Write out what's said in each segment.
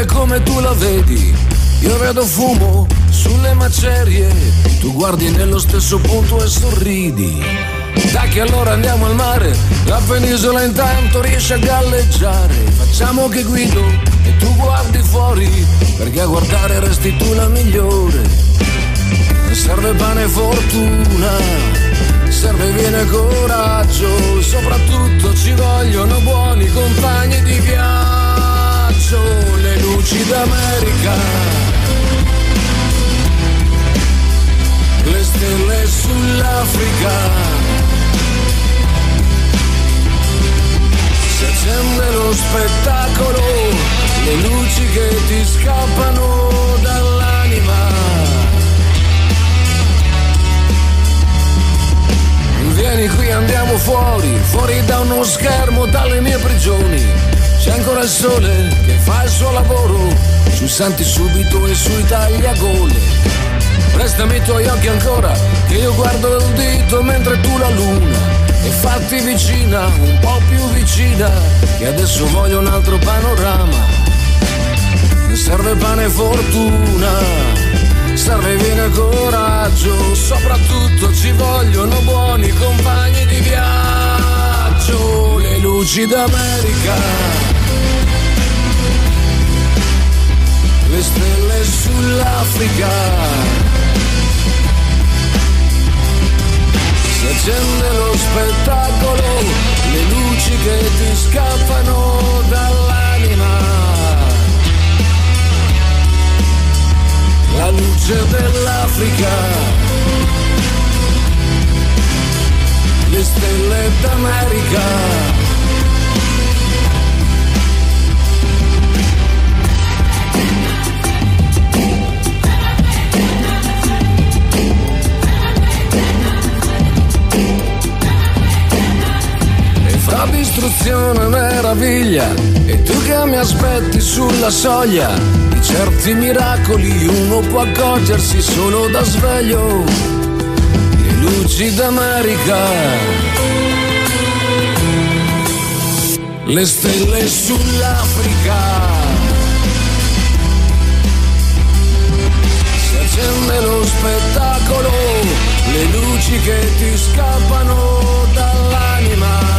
come tu la vedi. Io vedo fumo sulle macerie, tu guardi nello stesso punto e sorridi. Dai che allora andiamo al mare, la penisola intanto riesce a galleggiare. Facciamo che guido e tu guardi fuori, perché a guardare resti tu la migliore. Serve pane e fortuna, serve viene coraggio, soprattutto ci vogliono buoni compagni di viaggio. Le luci d'America, le stelle sull'Africa, si accende lo spettacolo, le luci che ti scappano dall'anima. Vieni qui, andiamo fuori, fuori da uno schermo, dalle mie prigioni. C'è ancora il sole che fa il suo lavoro, sui santi subito e sui tagliagole. Prestami i tuoi occhi ancora, che io guardo il dito mentre tu la luna. E fatti vicina, un po' più vicina, che adesso voglio un altro panorama. Serve pane e fortuna, serve viene coraggio, soprattutto ci vogliono buoni compagni di viaggio. Le luci d'America, le stelle sull'Africa, si accende lo spettacolo, le luci che ti scappano dall'anima. La luce dell'Africa, le stelle d'America. Fra distruzione e meraviglia, e tu che mi aspetti sulla soglia di certi miracoli, uno può accorgersi solo da sveglio. Le luci d'America, le stelle sull'Africa, si accende lo spettacolo, le luci che ti scappano dall'anima.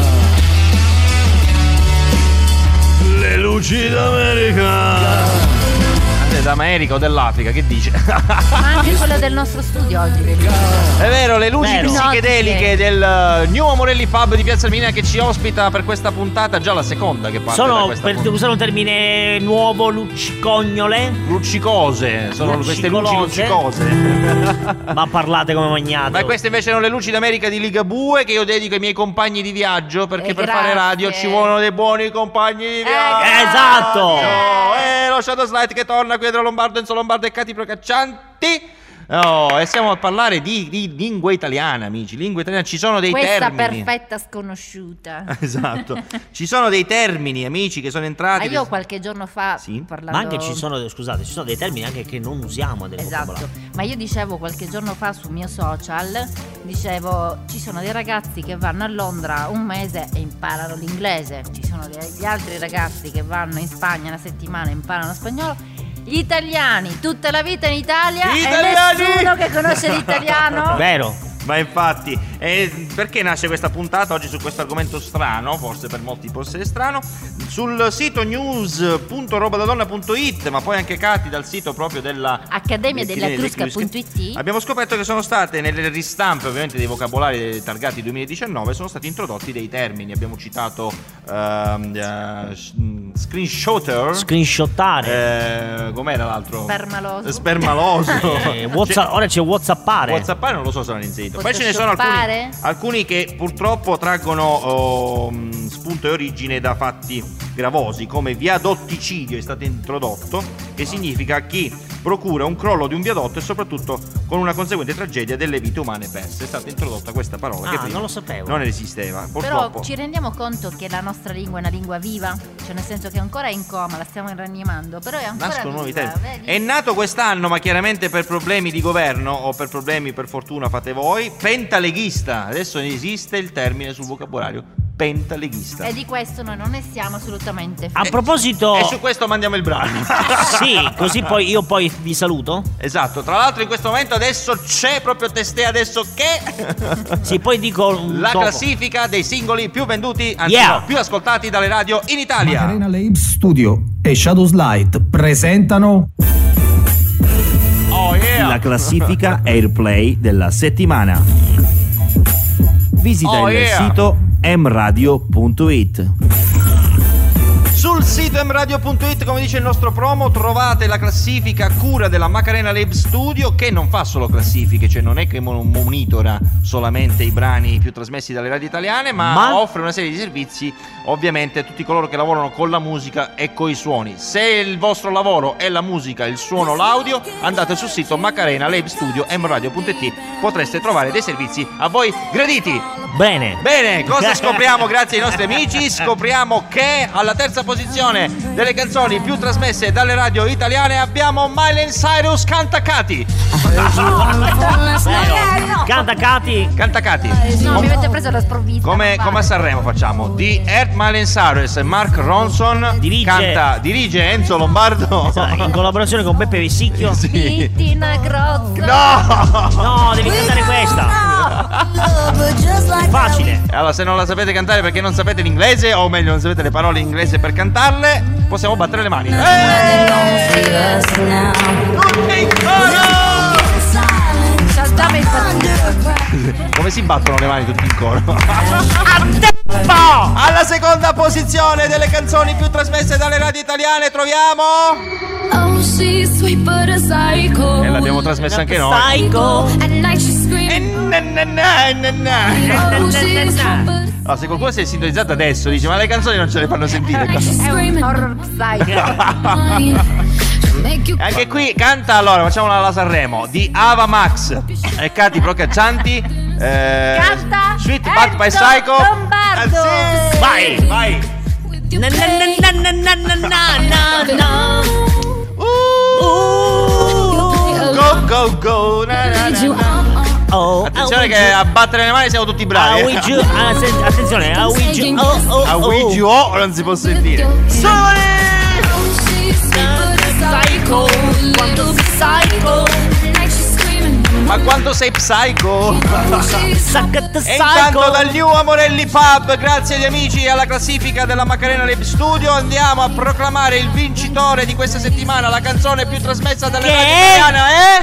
Le luci d'America. D'America o dell'Africa, che dice? Anche quello del nostro studio oggi. È vero, le luci psichedeliche del New Amorelli Pub di Piazza Armina che ci ospita per questa puntata, già la seconda che parte da questa per usare un termine nuovo, luccicognole. Luccicose, sono queste luci luccicose. Ma parlate come magnate. Ma queste invece sono le luci d'America di Ligabue che io dedico ai miei compagni di viaggio, perché per fare radio ci vogliono dei buoni compagni di viaggio. Esatto. Lo Shadow Slide che torna qui tra Lombardo, Enzo Lombardo e Cati Procaccianti. Oh, e stiamo a parlare di lingua italiana, amici. Lingua italiana, ci sono dei termini. Questa perfetta sconosciuta. Esatto. Ci sono dei termini, amici, che sono entrati. Ma io qualche giorno fa parlando. Ma anche ci sono dei termini anche che non usiamo del vocabolario. Ma io dicevo qualche giorno fa sul mio social, dicevo, ci sono dei ragazzi che vanno a Londra un mese e imparano l'inglese. Ci sono degli altri ragazzi che vanno in Spagna una settimana e imparano spagnolo. Gli italiani, tutta la vita in Italia e nessuno che conosce l'italiano. Vero. Ma infatti, perché nasce questa puntata oggi su questo argomento strano? Forse per molti può essere strano. Sul sito news.robadadonna.it, ma poi anche Cati dal sito proprio della Accademia della Crusca.it, abbiamo scoperto che sono state nelle ristampe ovviamente dei vocabolari targati 2019 sono stati introdotti dei termini. Abbiamo citato screenshottare, com'era l'altro? Spermaloso. Ora c'è WhatsAppare non lo so se l'hanno inserito. Poi ce ne sono alcuni che purtroppo traggono spunto e origine da fatti gravosi, come viadotticio è stato introdotto, che significa chi procura un crollo di un viadotto e soprattutto con una conseguente tragedia delle vite umane perse. È stata introdotta questa parola che prima non lo sapevo, non esisteva. Purtroppo. Però ci rendiamo conto che la nostra lingua è una lingua viva, cioè nel senso che ancora è in coma, la stiamo rianimando, però è ancora nascono nuovi viva, termini. È nato quest'anno, ma chiaramente per problemi di governo o per problemi, per fortuna fate voi, pentaleghista. Adesso esiste il termine sul vocabolario pentaleghista. E di questo noi non ne siamo assolutamente A proposito, E su questo mandiamo il brano. sì, così poi io vi saluto. Esatto, tra l'altro in questo momento adesso c'è proprio testé adesso che Sì, poi dico la dopo. classifica dei singoli più venduti, anzi Yeah. no, più ascoltati dalle radio in Italia. Macarena Labs Studio e Shadows Light presentano Oh yeah. La classifica Airplay della settimana. Visita Oh, il yeah. sito mradio.it. Sul sito mradio.it, come dice il nostro promo, trovate la classifica a cura della Macarena Lab Studio, che non fa solo classifiche, cioè non è che monitora solamente i brani più trasmessi dalle radio italiane, ma offre una serie di servizi ovviamente a tutti coloro che lavorano con la musica e coi suoni. Se il vostro lavoro è la musica, il suono, l'audio, andate sul sito Macarena Lab Studio mradio.it, potreste trovare dei servizi a voi graditi. Bene. Bene, cosa scopriamo grazie ai nostri amici? Scopriamo che alla terza posizione delle canzoni più trasmesse dalle radio italiane abbiamo Miley Cyrus Canta Cati. Canta Cati. Canta Cati. No, mi avete preso la sprovvista. Come a Sanremo facciamo. Di Earth, Miley Cyrus e Mark Ronson. Dirige Enzo Lombardo. In collaborazione con Beppe Vessicchio. Sì. Tina Grozzo. No, devi cantare questa. Facile. Allora, se non la sapete cantare perché non sapete l'inglese, o meglio non sapete le parole in inglese per cantarle, possiamo battere le mani. Saltava il Come si battono le mani tutti in coro? Alla seconda posizione delle canzoni più trasmesse dalle radio italiane troviamo Oh, she's sweet but a psycho. e l'abbiamo trasmessa anche noi. Psycho. At night she's screaming. Oh, she's hot but No, se qualcuno si è sintonizzato adesso dice ma le canzoni non ce le fanno sentire. at night she's È un screaming. horror psycho. Make you Anche qui canta, allora facciamola alla Sanremo di Ava Max e Cati Procaccianti. Canta Sweet But by Enzo Psycho. Lombardo. Sì. Vai. with your Na na na na na na na na. Go. Na, na, Need you na, na. Oh, Attenzione che a battere le mani siamo tutti bravi. Attenzione, A Ouija non si può sentire. Oh, she's sweet but a psycho. Little bit psycho. At night she's screaming. Ma quanto sei psycho? She's hot but E intanto dal New Amorelli Pub, grazie agli amici alla classifica della Macarena Lab Studio, andiamo a proclamare il vincitore di questa settimana. La canzone più trasmessa dalle Che radio è? italiane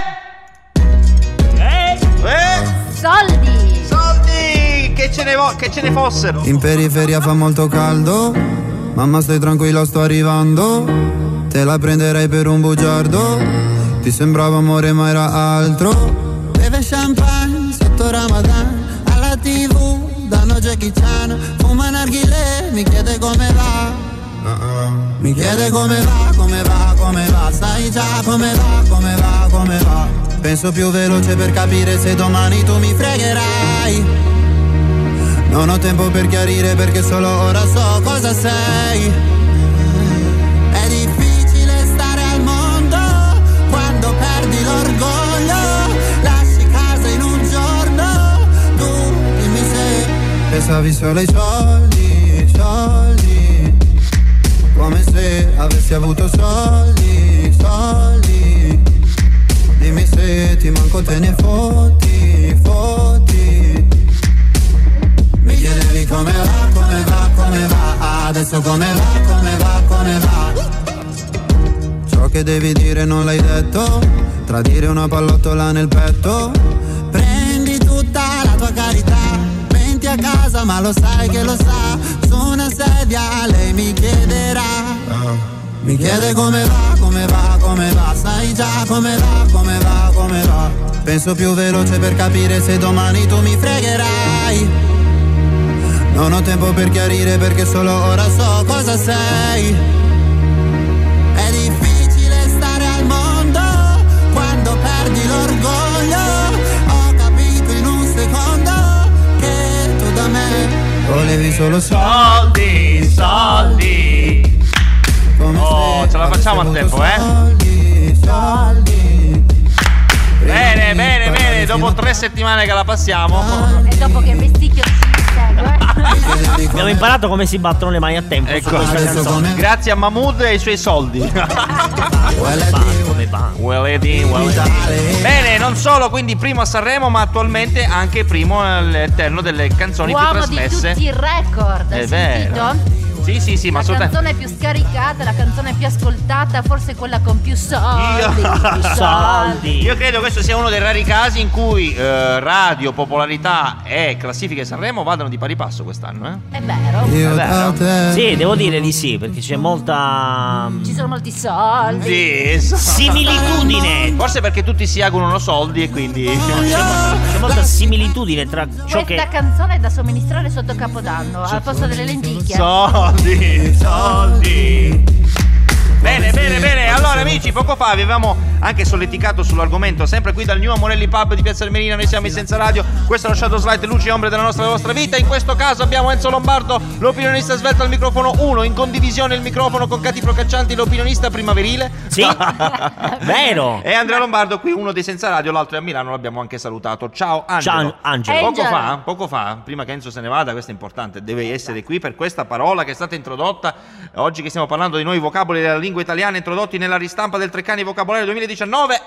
Soldi. Soldi! Che ce ne fossero. In periferia fa molto caldo, mamma stai tranquilla sto arrivando, te la prenderei per un bugiardo, ti sembrava amore ma era altro. Beve champagne sotto Ramadan, alla TV danno Jackie Chan, fuma narghile, mi chiede come va. Mi chiede come va, sai già come va. Penso più veloce per capire se domani tu mi fregherai. Non ho tempo per chiarire perché solo ora so cosa sei. È difficile stare al mondo quando perdi l'orgoglio. Lasci casa in un giorno, tu dimmi se pensavi solo ai soldi, soldi. Come se avessi avuto soldi, soldi. Dimmi se ti manco te ne fotti, fotti. Mi chiedevi come va, adesso come va. Ciò che devi dire non l'hai detto, tradire una pallottola nel petto. Prendi tutta la tua carità, menti a casa ma lo sai che lo sa. Su una sedia lei mi chiederà. Mi chiede come va, sai già come va. Penso più veloce per capire se domani tu mi fregherai. Non ho tempo per chiarire perché solo ora so cosa sei. È difficile stare al mondo quando perdi l'orgoglio. Ho capito in un secondo che tu da me volevi solo soldi, soldi. Oh, ce la facciamo a tempo, Bene, dopo 3 settimane che la passiamo. E dopo che Vesticchio ci segue. Abbiamo imparato come si battono le mani a tempo. Ecco, grazie a Mahmood e ai suoi soldi. Bene, non solo quindi primo a Sanremo, ma attualmente anche primo all'interno delle canzoni più trasmesse. Di tutti i record. È vero. Sì, ma la canzone più scaricata, la canzone più ascoltata, forse quella con più soldi. Io credo questo sia uno dei rari casi in cui radio, popolarità e classifiche Sanremo vadano di pari passo quest'anno, È vero. Sì, devo dire di sì, perché c'è molta... Ci sono molti soldi. Sì, similitudine. Forse perché tutti si augurano soldi e quindi c'è molta similitudine tra ciò che... Questa canzone è da somministrare sotto Capodanno al posto delle lenticchie. Soldi. Bene. Allora amici, poco fa avevamo anche solleticato sull'argomento, sempre qui dal New Amorelli Pub di Piazza Armerina. Noi siamo in Senza Radio, questo è lo Shadow Slide, luci e ombre della vostra vita. In questo caso abbiamo Enzo Lombardo, l'opinionista svelto al microfono 1, in condivisione il microfono con Cati Procaccianti, l'opinionista primaverile. Sì, vero. E Andrea Lombardo qui, uno dei Senza Radio, l'altro è a Milano, l'abbiamo anche salutato. Ciao Angelo. Ciao Angelo. Poco fa, prima che Enzo se ne vada, questo è importante, deve essere qui per questa parola che è stata introdotta oggi che stiamo parlando di nuovi vocaboli della lingua italiana introdotti nella ristampa del Treccani Vocabolario 2019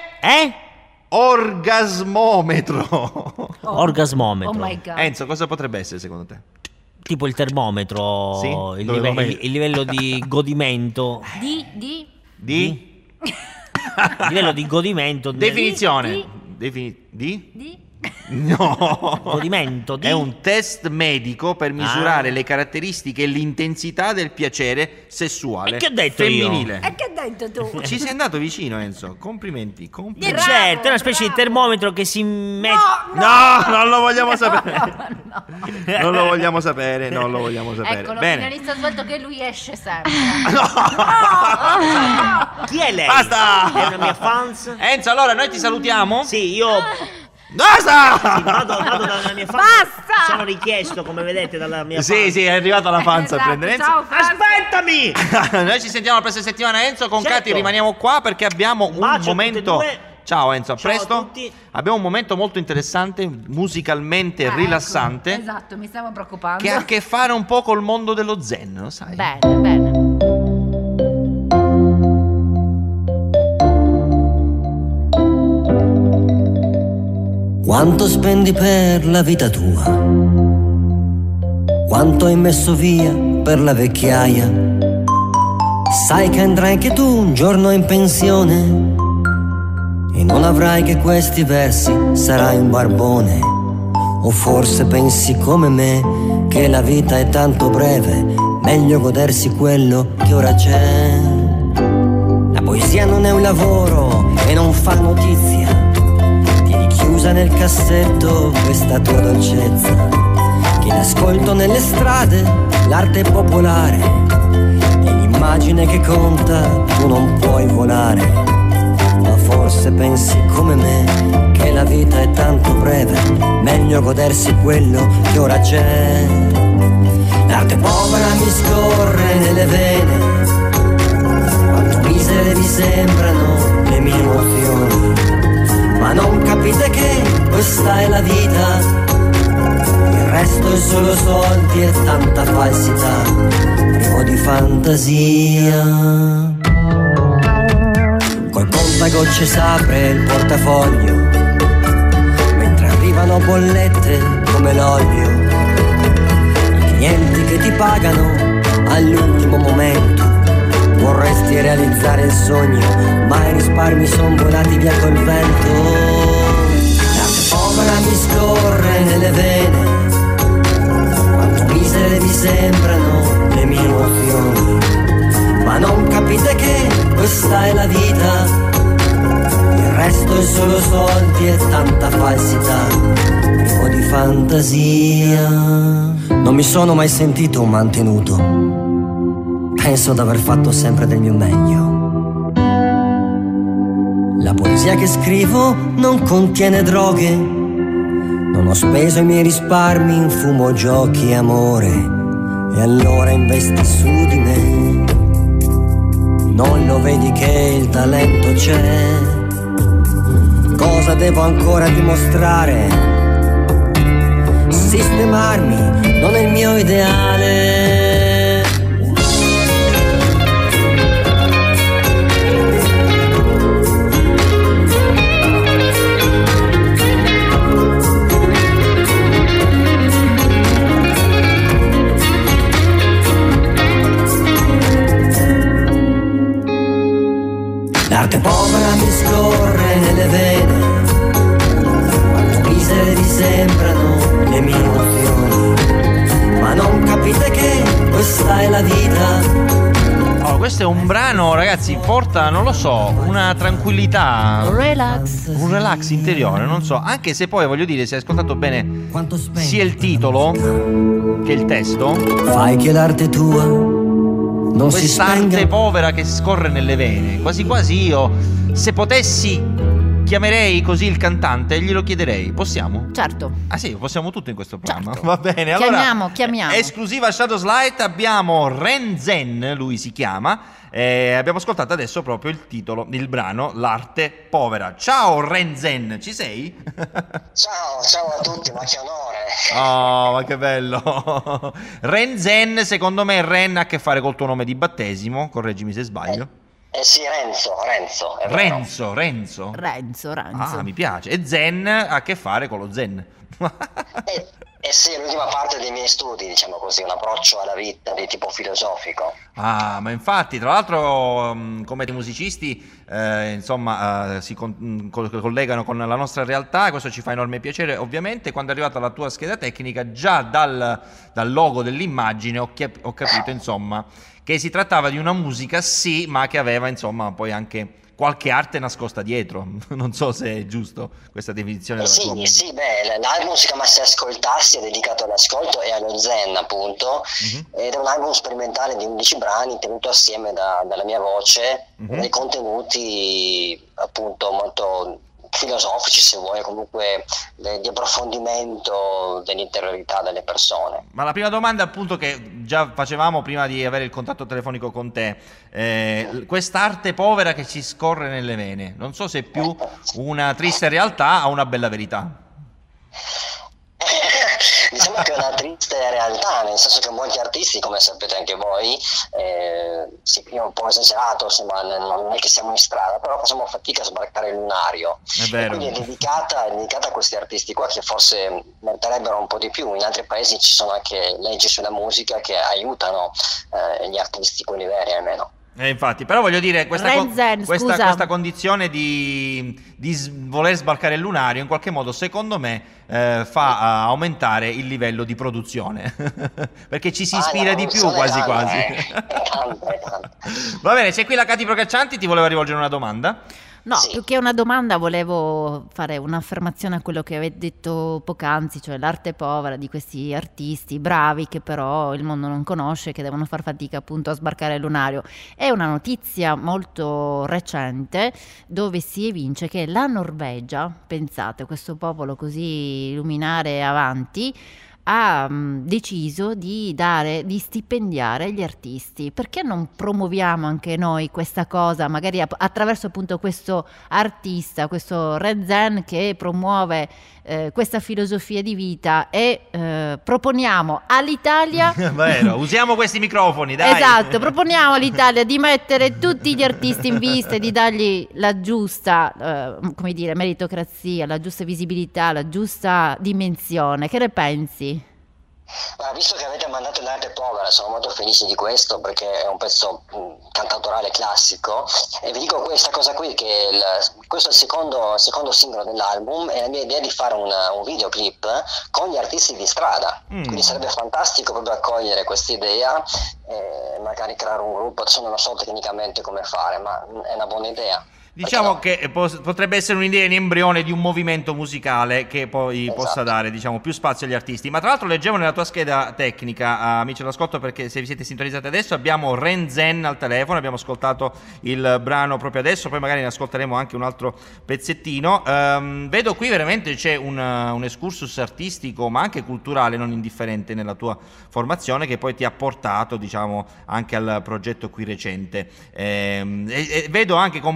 orgasmometro. Orgasmometro. Oh my God. Enzo, cosa potrebbe essere secondo te? Tipo il termometro, Sì? il livello di godimento. Di Livello di godimento. Definizione. No, Godimento di... è un test medico per misurare le caratteristiche e l'intensità del piacere sessuale. E che ho detto femminile. E che hai detto tu? Ci sei andato vicino, Enzo. Complimenti. Certo, è una specie di termometro che si mette... No, non lo vogliamo sapere. Non lo vogliamo sapere. Ecco, Bene. l'opinionista svelto che lui esce sempre. Chi è lei? Basta! È una mia fans? Enzo, allora noi ti salutiamo. Sì, io... Basta! Sì, vado dalla mia fans. Basta! Sono richiesto, come vedete, dalla mia fans. Sì, è arrivato la panza a Esatto, prendere Enzo. ciao, Franz. Aspettami! Noi ci sentiamo la prossima settimana, Enzo. Con Certo. Cati rimaniamo qua perché abbiamo un Bacio a tutte e momento. due. Ciao Enzo, a Ciao a presto. tutti. Abbiamo un momento molto interessante, musicalmente rilassante, Ecco, esatto, mi stavo preoccupando. che ha a che fare un po' col mondo dello zen, lo sai? Bene. Quanto spendi per la vita tua? Quanto hai messo via per la vecchiaia? Sai che andrai anche tu un giorno in pensione e non avrai che questi versi, sarai un barbone. O forse pensi come me che la vita è tanto breve, meglio godersi quello che ora c'è. La poesia non è un lavoro e non fa notizia. Chiusa nel cassetto questa tua dolcezza, che l'ascolto nelle strade, l'arte popolare, e l'immagine che conta, tu non puoi volare. Ma forse pensi come me che la vita è tanto breve, meglio godersi quello che ora c'è. L'arte povera mi scorre nelle vene, quanto misere vi sembrano le mie emozioni. Ma non capite che questa è la vita, il resto è solo soldi e tanta falsità, privo di fantasia. Col contagocce s'apre il portafoglio, mentre arrivano bollette come l'olio. I clienti che ti pagano all'ultimo momento. Vorresti realizzare il sogno, ma i risparmi son volati via col vento. L'arte povera mi scorre nelle vene, quanto misere vi sembrano le mie emozioni. Ma non capite che questa è la vita, il resto è solo soldi e tanta falsità, privo di fantasia. Non mi sono mai sentito un mantenuto, penso d'aver fatto sempre del mio meglio. La poesia che scrivo non contiene droghe, non ho speso i miei risparmi in fumo, giochi e amore. E allora investi su di me, non lo vedi che il talento c'è? Cosa devo ancora dimostrare? Sistemarmi non è il mio ideale. L'arte povera mi scorre nelle vene, quanto misere vi sembrano le mie emozioni, ma non capite che questa è la vita. Oh, questo è un brano, ragazzi, porta, non lo so, una tranquillità, un relax interiore, non so, anche se poi voglio dire, se hai ascoltato bene sia il titolo che il testo, fai che l'arte tua non si quest'arte spenga. povera che scorre nelle vene, quasi quasi io, se potessi, chiamerei così il cantante e glielo chiederei. Possiamo? Certo. Ah sì, possiamo tutto in questo programma. Certo. Va bene, allora Chiamiamo. esclusiva Shadows Light, abbiamo Ren Zen, lui si chiama. Abbiamo ascoltato adesso proprio il titolo, il brano L'arte povera. Ciao Ren Zen, ci sei? Ciao a tutti, ma che onore. Oh, ma che bello. Ren Zen, secondo me Ren ha a che fare col tuo nome di battesimo, correggimi se sbaglio. Sì, Renzo, è vero. Renzo. Ah, mi piace. E Zen ha a che fare con lo Zen. Sì, è l'ultima parte dei miei studi, diciamo così, un approccio alla vita di tipo filosofico. Ah, ma infatti, tra l'altro, come musicisti, si collegano con la nostra realtà, e questo ci fa enorme piacere. Ovviamente, quando è arrivata la tua scheda tecnica, già dal logo dell'immagine ho capito, insomma, che si trattava di una musica, sì, ma che aveva, insomma, poi anche qualche arte nascosta dietro. Non so se è giusto questa definizione della tua musica. Sì, l'album si chiama Se ascoltassi, è dedicato all'ascolto e allo zen, appunto, ed è un album sperimentale di 11 brani tenuto assieme dalla mia voce, dei contenuti appunto molto filosofici, se vuoi, comunque di approfondimento dell'interiorità delle persone. Ma la prima domanda, appunto, che già facevamo prima di avere il contatto telefonico con te, quest'arte povera che ci scorre nelle vene, non so se è più una triste realtà o una bella verità. Diciamo che è una triste realtà, nel senso che molti artisti, come sapete anche voi, sì, io ho un po' esagerato, insomma, non è che siamo in strada, però facciamo fatica a sbarcare il lunario. È vero. E quindi è dedicata a questi artisti qua, che forse meriterebbero un po' di più. In altri paesi ci sono anche leggi sulla musica che aiutano gli artisti, quelli veri almeno. Infatti, però voglio dire, questa condizione di voler sbarcare il lunario in qualche modo, secondo me, fa aumentare il livello di produzione perché ci si ispira di più, quasi quasi. Va bene, c'è qui la Cati Procaccianti, ti voleva rivolgere una domanda? No, più che una domanda volevo fare un'affermazione a quello che avete detto poc'anzi, cioè l'arte povera di questi artisti bravi che però il mondo non conosce, che devono far fatica appunto a sbarcare il lunario. È una notizia molto recente dove si evince che la Norvegia, pensate, questo popolo così luminare e avanti, ha deciso di stipendiare gli artisti. Perché non promuoviamo anche noi questa cosa, magari attraverso appunto questo artista, questo Ren Zen, che promuove questa filosofia di vita, e proponiamo all'Italia vero, usiamo questi microfoni, dai. Esatto, proponiamo all'Italia di mettere tutti gli artisti in vista e di dargli la giusta come dire, meritocrazia, la giusta visibilità, la giusta dimensione. Che ne pensi? Visto che avete mandato l'arte povera, sono molto felice di questo, perché è un pezzo cantautorale classico, e vi dico questa cosa qui, che questo è il secondo singolo dell'album, e la mia idea è di fare un videoclip con gli artisti di strada, quindi sarebbe fantastico proprio accogliere questa idea e magari creare un gruppo. Adesso non so tecnicamente come fare, ma è una buona idea. Diciamo che potrebbe essere un'idea in embrione di un movimento musicale che poi possa dare, diciamo, più spazio agli artisti. Ma tra l'altro leggevo nella tua scheda tecnica, amici all'ascolto, perché se vi siete sintonizzati adesso, abbiamo Ren Zen al telefono, abbiamo ascoltato il brano proprio adesso, poi magari ne ascolteremo anche un altro pezzettino. Vedo qui veramente c'è un excursus artistico, ma anche culturale non indifferente nella tua formazione, che poi ti ha portato, diciamo, anche al progetto qui recente. E vedo anche con molto piacere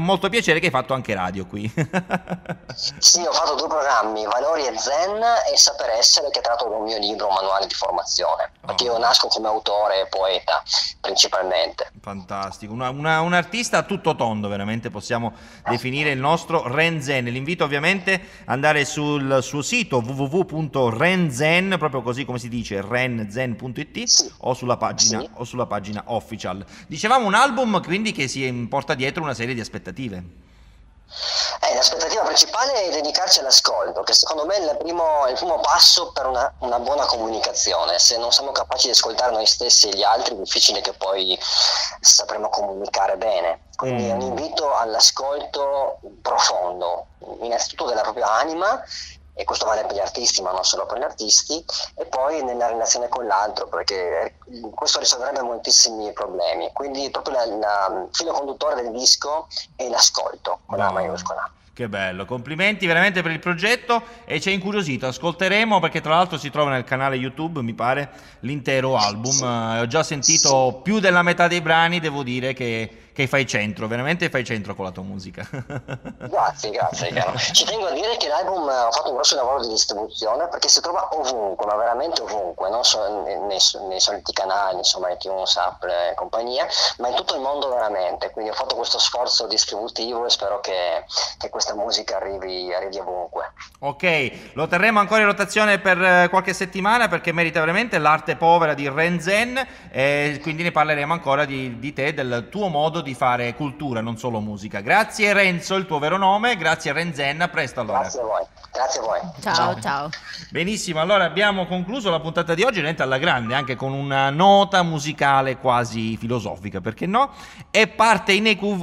piacere che hai fatto anche radio qui. Sì, ho fatto 2 programmi, Valori e Zen e Saper Essere, che tratto da un mio libro, Manuale di formazione, perché io nasco come autore e poeta principalmente. Fantastico, un artista a tutto tondo, veramente possiamo definire il nostro Ren Zen. L'invito ovviamente ad andare sul suo sito www.renzen, proprio così come si dice, renzen.it, sì, o sulla pagina official. Dicevamo un album quindi che si porta dietro una serie di aspettative. L'aspettativa principale è dedicarci all'ascolto, che secondo me è il primo passo per una buona comunicazione. Se non siamo capaci di ascoltare noi stessi e gli altri, è difficile che poi sapremo comunicare bene. Quindi è un invito all'ascolto profondo, innanzitutto della propria anima, e questo vale per gli artisti ma non solo per gli artisti, e poi nella relazione con l'altro, perché questo risolverebbe moltissimi problemi. Quindi proprio il filo conduttore del disco è l'ascolto, con la maiuscola. Che bello, complimenti veramente per il progetto, e ci è incuriosito, ascolteremo, perché tra l'altro si trova nel canale YouTube, mi pare, l'intero album. Sì. Ho già sentito più della metà dei brani, devo dire che fai centro, veramente fai centro con la tua musica. Grazie. Ci tengo a dire che l'album ho fatto un grosso lavoro di distribuzione, perché si trova ovunque, ma veramente ovunque, non solo nei soliti canali, insomma, iTunes, Apple e compagnia, ma in tutto il mondo veramente. Quindi ho fatto questo sforzo distributivo e spero che questa musica arrivi ovunque. Ok, lo terremo ancora in rotazione per qualche settimana, perché merita veramente. L'arte povera di Ren Zen, e quindi ne parleremo ancora di te, del tuo modo di fare cultura, non solo musica. Grazie Renzo, il tuo vero nome, grazie Ren Zen, a presto allora. Grazie a voi. Ciao. Benissimo, allora abbiamo concluso la puntata di oggi, veramente alla grande, anche con una nota musicale quasi filosofica, perché no? E parte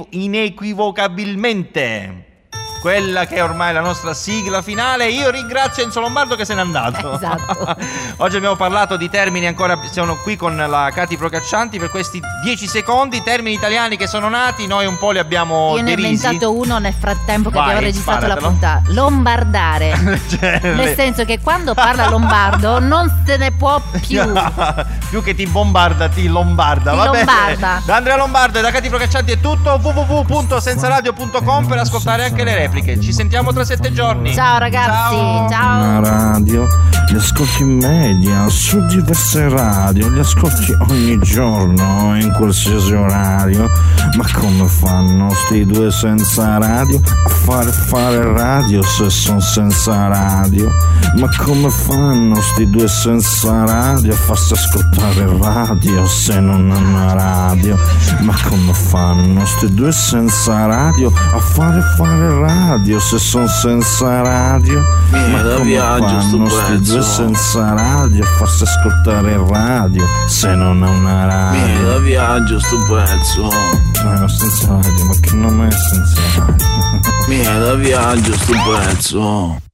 inequivocabilmente quella che è ormai la nostra sigla finale. Io ringrazio Enzo Lombardo che se n'è andato. Esatto. Oggi abbiamo parlato di termini, ancora sono qui con la Cati Procaccianti per questi 10 secondi, termini italiani che sono nati, noi un po' li abbiamo derisi. Io ne ho inventato uno nel frattempo che abbiamo registrato la puntata. Lombardare. Nel senso che quando parla lombardo non se ne può più. Più che ti bombarda, ti lombarda. Va bene. Da Andrea Lombardo e da Cati Procaccianti è tutto. www.senzaradio.com per ascoltare anche le repliche. Ci sentiamo tra 7 giorni. Ciao ragazzi, ciao. Una radio, li ascolti in media su diverse radio, li ascolti ogni giorno in qualsiasi orario. Ma come fanno sti due senza radio a fare radio se son senza radio? Ma come fanno sti due senza radio a farsi ascoltare radio se non hanno radio? Ma come fanno sti due senza radio a fare radio se son senza radio? Ma come fanno sti due senza radio a farsi ascoltare radio se non ha una radio? Vieni da viaggio sto pezzo. Senza radio, ma che nome è senza radio? Vieni da viaggio sto pezzo.